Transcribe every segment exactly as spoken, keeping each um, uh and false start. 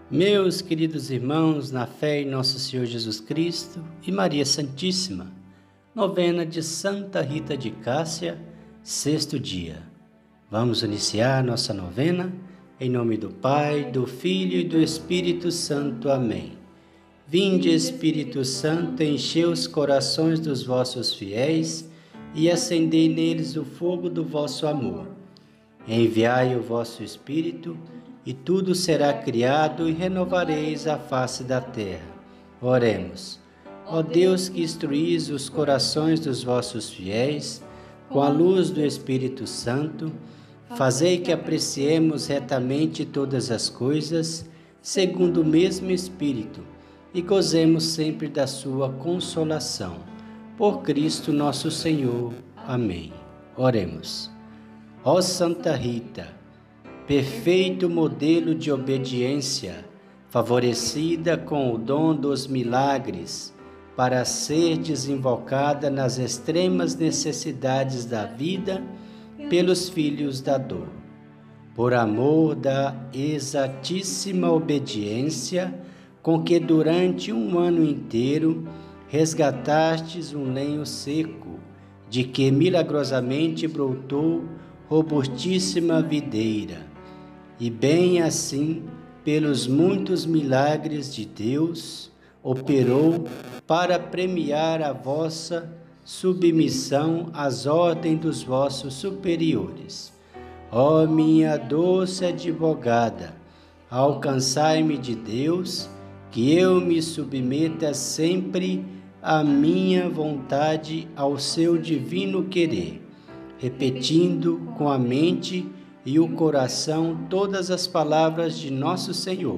Meus queridos irmãos, na fé em nosso Senhor Jesus Cristo e Maria Santíssima, novena de Santa Rita de Cássia, sexto dia. Vamos iniciar nossa novena em nome do Pai, do Filho e do Espírito Santo. Amém. Vinde, Espírito Santo, enchei os corações dos vossos fiéis e acendei neles o fogo do vosso amor. Enviai o vosso Espírito, e tudo será criado, e renovareis a face da terra. Oremos. Ó Deus, que instruís os corações dos vossos fiéis, com a luz do Espírito Santo, fazei que apreciemos retamente todas as coisas, segundo o mesmo Espírito, e gozemos sempre da sua consolação. Por Cristo nosso Senhor. Amém. Oremos. Ó Santa Rita, perfeito modelo de obediência, favorecida com o dom dos milagres, para ser desinvocada nas extremas necessidades da vida pelos filhos da dor. Por amor da exatíssima obediência, com que durante um ano inteiro resgatastes um lenho seco, de que milagrosamente brotou robustíssima videira, e bem assim, pelos muitos milagres de Deus, operou para premiar a vossa submissão às ordens dos vossos superiores. Ó minha doce advogada, alcançai-me de Deus, que eu me submeta sempre à minha vontade, ao seu divino querer, repetindo com a mente e o coração todas as palavras de nosso Senhor.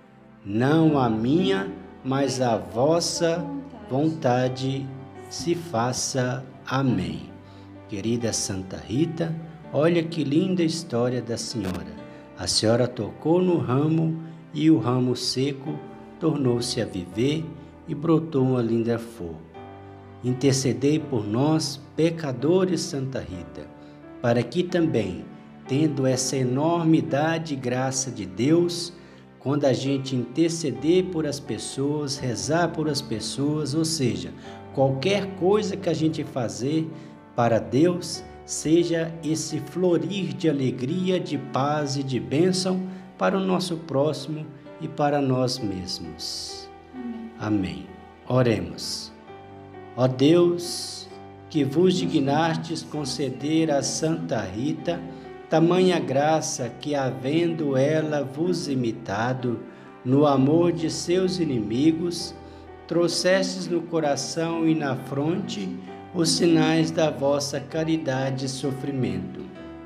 Não a minha, mas a vossa vontade se faça. Amém. Querida Santa Rita, olha que linda história da senhora. A senhora tocou no ramo e o ramo seco tornou-se a viver e brotou uma linda flor. Intercedei por nós, pecadores, Santa Rita, para que também, tendo essa enormidade e graça de Deus, quando a gente interceder por as pessoas, rezar por as pessoas, ou seja, qualquer coisa que a gente fazer para Deus, seja esse florir de alegria, de paz e de bênção para o nosso próximo e para nós mesmos. Amém. Amém. Oremos. Ó Deus, que vos dignastes conceder a Santa Rita tamanha graça que, havendo ela vos imitado no amor de seus inimigos, trouxestes no coração e na fronte os sinais da vossa caridade e sofrimento.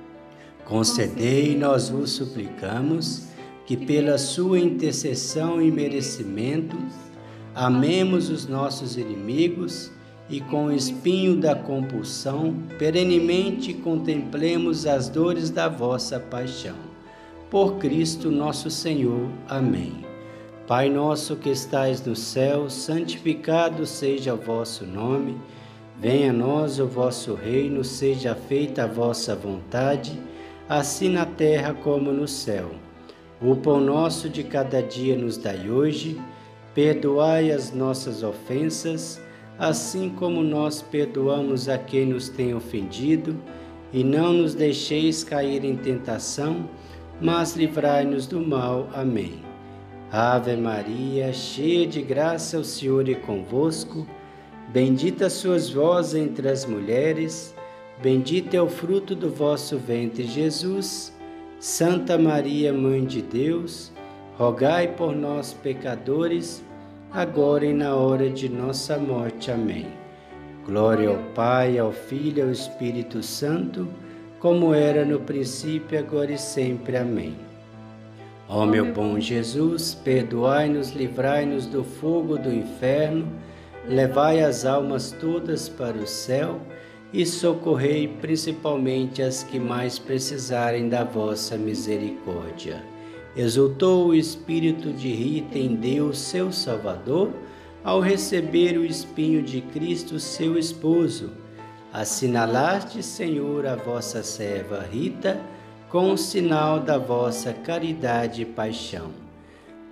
Concedei, nós vos suplicamos, que pela sua intercessão e merecimento, amemos os nossos inimigos e com o espinho da compulsão, perenemente contemplemos as dores da vossa paixão. Por Cristo nosso Senhor. Amém. Pai nosso que estais no céu, santificado seja o vosso nome. Venha a nós o vosso reino, seja feita a vossa vontade, assim na terra como no céu. O pão nosso de cada dia nos dai hoje, perdoai as nossas ofensas, assim como nós perdoamos a quem nos tem ofendido, e não nos deixeis cair em tentação, mas livrai-nos do mal. Amém. Ave Maria, cheia de graça, o Senhor é convosco, bendita sois vós entre as mulheres, bendito é o fruto do vosso ventre, Jesus. Santa Maria, Mãe de Deus, rogai por nós, pecadores, agora e na hora de nossa morte. Amém. Glória ao Pai, ao Filho e ao Espírito Santo, como era no princípio, agora e sempre. Amém. Ó meu bom Jesus, perdoai-nos, livrai-nos do fogo do inferno, levai as almas todas para o céu e socorrei principalmente as que mais precisarem da vossa misericórdia. Exultou o espírito de Rita em Deus, seu Salvador, ao receber o espinho de Cristo, seu esposo. Assinalaste, Senhor, a vossa serva Rita, com o sinal da vossa caridade e paixão.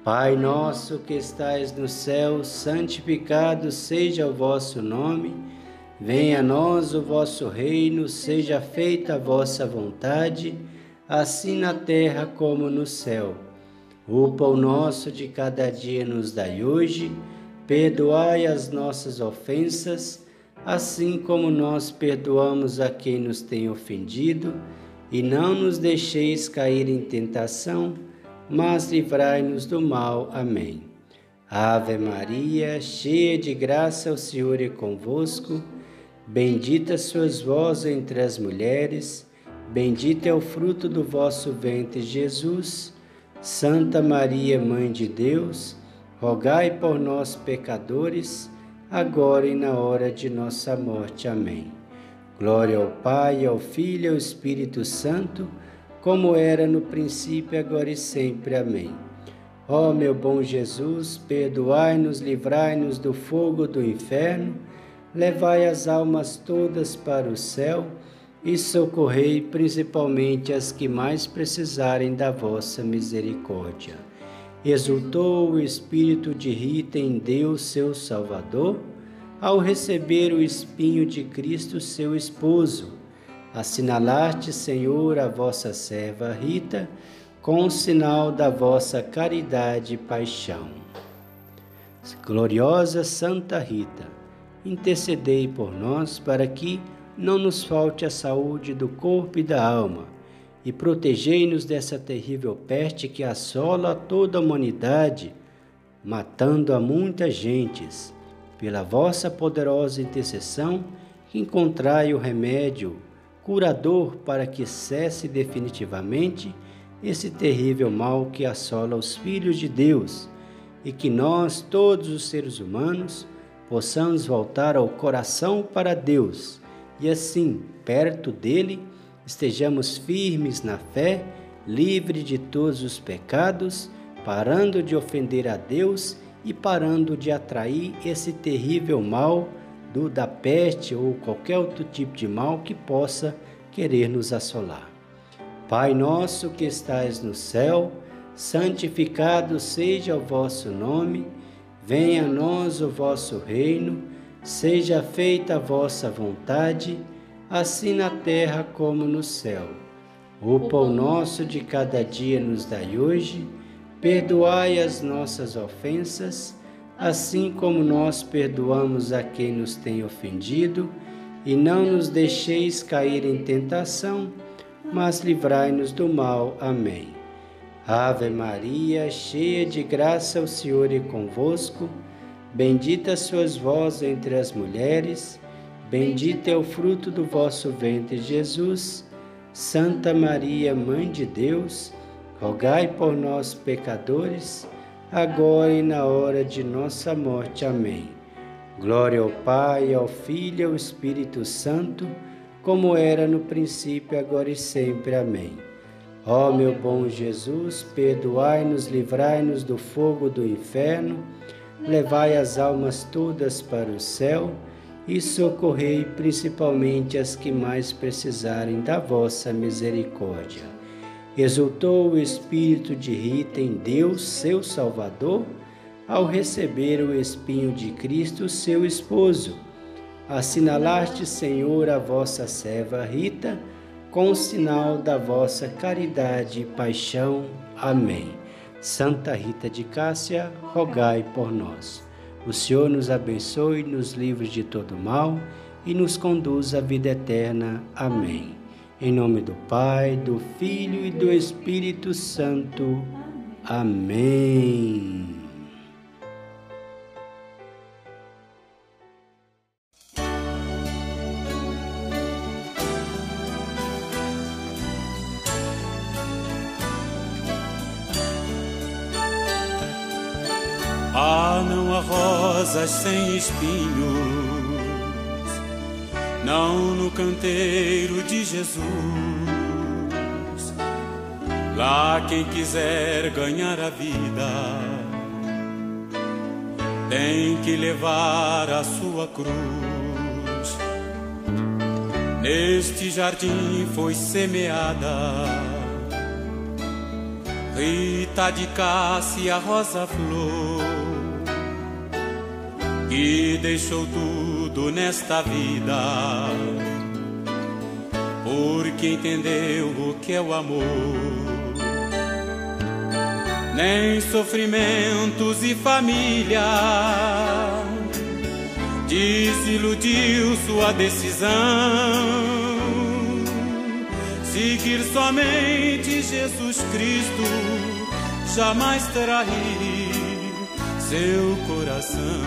Pai nosso que estais no céu, santificado seja o vosso nome. Venha a nós o vosso reino, seja feita a vossa vontade, assim na terra como no céu. O pão nosso de cada dia nos dai hoje, perdoai as nossas ofensas, assim como nós perdoamos a quem nos tem ofendido, e não nos deixeis cair em tentação, mas livrai-nos do mal. Amém. Ave Maria, cheia de graça, o Senhor é convosco. Bendita sois vós entre as mulheres, bendito é o fruto do vosso ventre, Jesus. Santa Maria, Mãe de Deus, rogai por nós, pecadores, agora e na hora de nossa morte. Amém. Glória ao Pai, ao Filho e ao Espírito Santo, como era no princípio, agora e sempre. Amém. Ó meu bom Jesus, perdoai-nos, livrai-nos do fogo do inferno, levai as almas todas para o céu e socorrei principalmente as que mais precisarem da vossa misericórdia. Exultou o espírito de Rita em Deus, seu Salvador, ao receber o espinho de Cristo, seu esposo. Assinalaste, Senhor, a vossa serva Rita, com o sinal da vossa caridade e paixão. Gloriosa Santa Rita, intercedei por nós para que não nos falte a saúde do corpo e da alma, e protegei-nos dessa terrível peste que assola toda a humanidade, matando a muitas gentes. Pela vossa poderosa intercessão, encontrai o remédio curador para que cesse definitivamente esse terrível mal que assola os filhos de Deus, e que nós, todos os seres humanos, possamos voltar ao coração para Deus, e assim, perto dele, estejamos firmes na fé, livres de todos os pecados, parando de ofender a Deus e parando de atrair esse terrível mal do, da peste ou qualquer outro tipo de mal que possa querer nos assolar. Pai nosso que estais no céu, santificado seja o vosso nome, venha a nós o vosso reino, seja feita a vossa vontade, assim na terra como no céu. O pão nosso de cada dia nos dai hoje, perdoai as nossas ofensas, assim como nós perdoamos a quem nos tem ofendido, e não nos deixeis cair em tentação, mas livrai-nos do mal. Amém. Ave Maria, cheia de graça, o Senhor é convosco. Bendita sois vós entre as mulheres, bendito é o fruto do vosso ventre, Jesus. Santa Maria, Mãe de Deus, rogai por nós, pecadores, agora e na hora de nossa morte. Amém. Glória ao Pai, ao Filho e ao Espírito Santo, como era no princípio, agora e sempre. Amém. Ó meu bom Jesus, perdoai-nos, livrai-nos do fogo do inferno, levai as almas todas para o céu e socorrei principalmente as que mais precisarem da vossa misericórdia. Exultou o espírito de Rita em Deus, seu Salvador, ao receber o espinho de Cristo, seu esposo. Assinalaste, Senhor, a vossa serva Rita, com o sinal da vossa caridade e paixão. Amém. Santa Rita de Cássia, rogai por nós. O Senhor nos abençoe, nos livre de todo mal e nos conduz à vida eterna. Amém. Em nome do Pai, do Filho e do Espírito Santo. Amém. Ah, não há rosas sem espinhos, não no canteiro de Jesus. Lá quem quiser ganhar a vida tem que levar a sua cruz. Neste jardim foi semeada Rita de Cássia, rosa flor, que deixou tudo nesta vida, porque entendeu o que é o amor. Nem sofrimentos e família desiludiu sua decisão. Seguir somente Jesus Cristo jamais trair seu coração.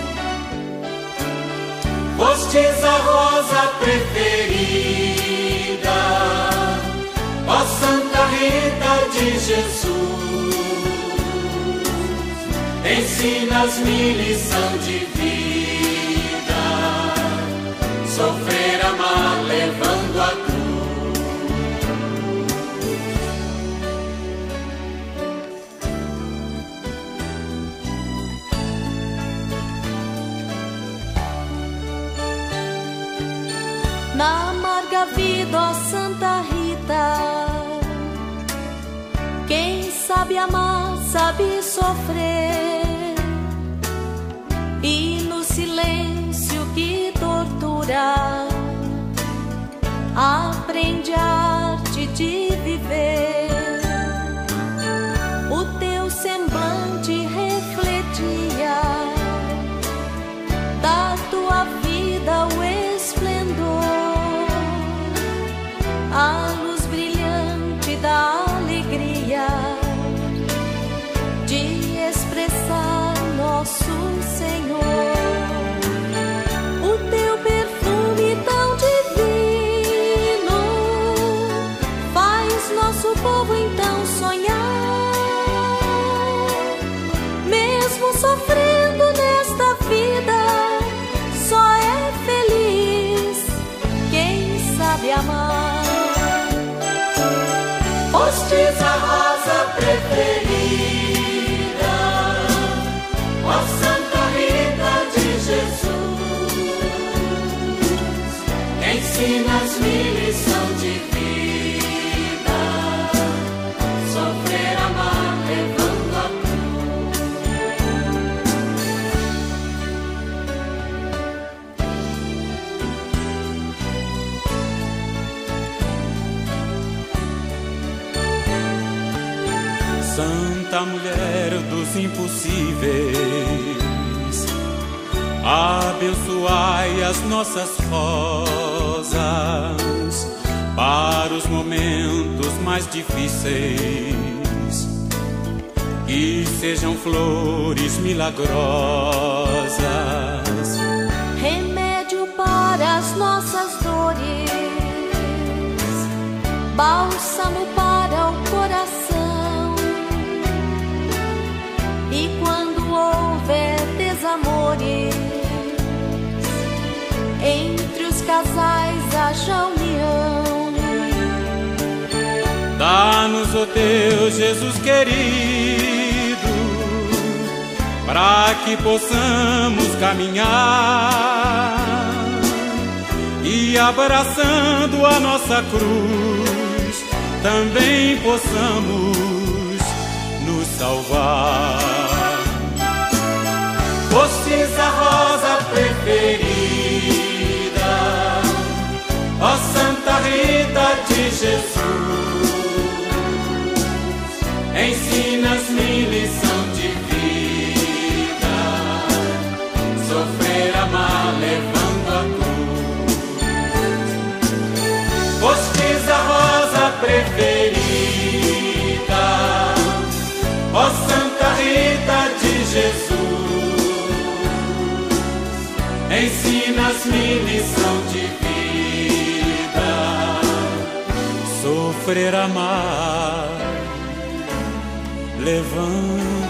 Fostes a rosa preferida, ó Santa Rita de Jesus, ensinas-me lição de vida, sofrer, amar, levando a cruz. Na amarga vida, ó Santa Rita, quem sabe amar, sabe sofrer, e no silêncio que tortura, aprende a arte de viver. O teu semblante refletia da tua vida o esplendor, a luz brilhante da alegria de expressar nosso Senhor. O teu perfume tão divino faz nosso povo então sonhar, mesmo sofrendo nesta vida, só é feliz quem sabe amar. Fostes a rosa preferida, ó Santa Rita de Jesus, ensinas-me lição de vida, sofrer, amar, levando a Santa mulher dos impossíveis, abençoai as nossas rosas para os momentos mais difíceis, que sejam flores milagrosas, remédio para as nossas dores, bálsamo para o coração. E quando houver desamores, entre os casais haja união. Dá-nos, ó Deus Jesus querido, para que possamos caminhar e, abraçando a nossa cruz, também possamos nos salvar. Fostes a rosa preferida, ó Santa Rita de Jesus, ensinas-me lição de vida, sofrer, amar, levando a cruz. Fostes a rosa preferida, ó Santa Rita de Jesus, ensinas-me lição de vida, sofrer, amar, levando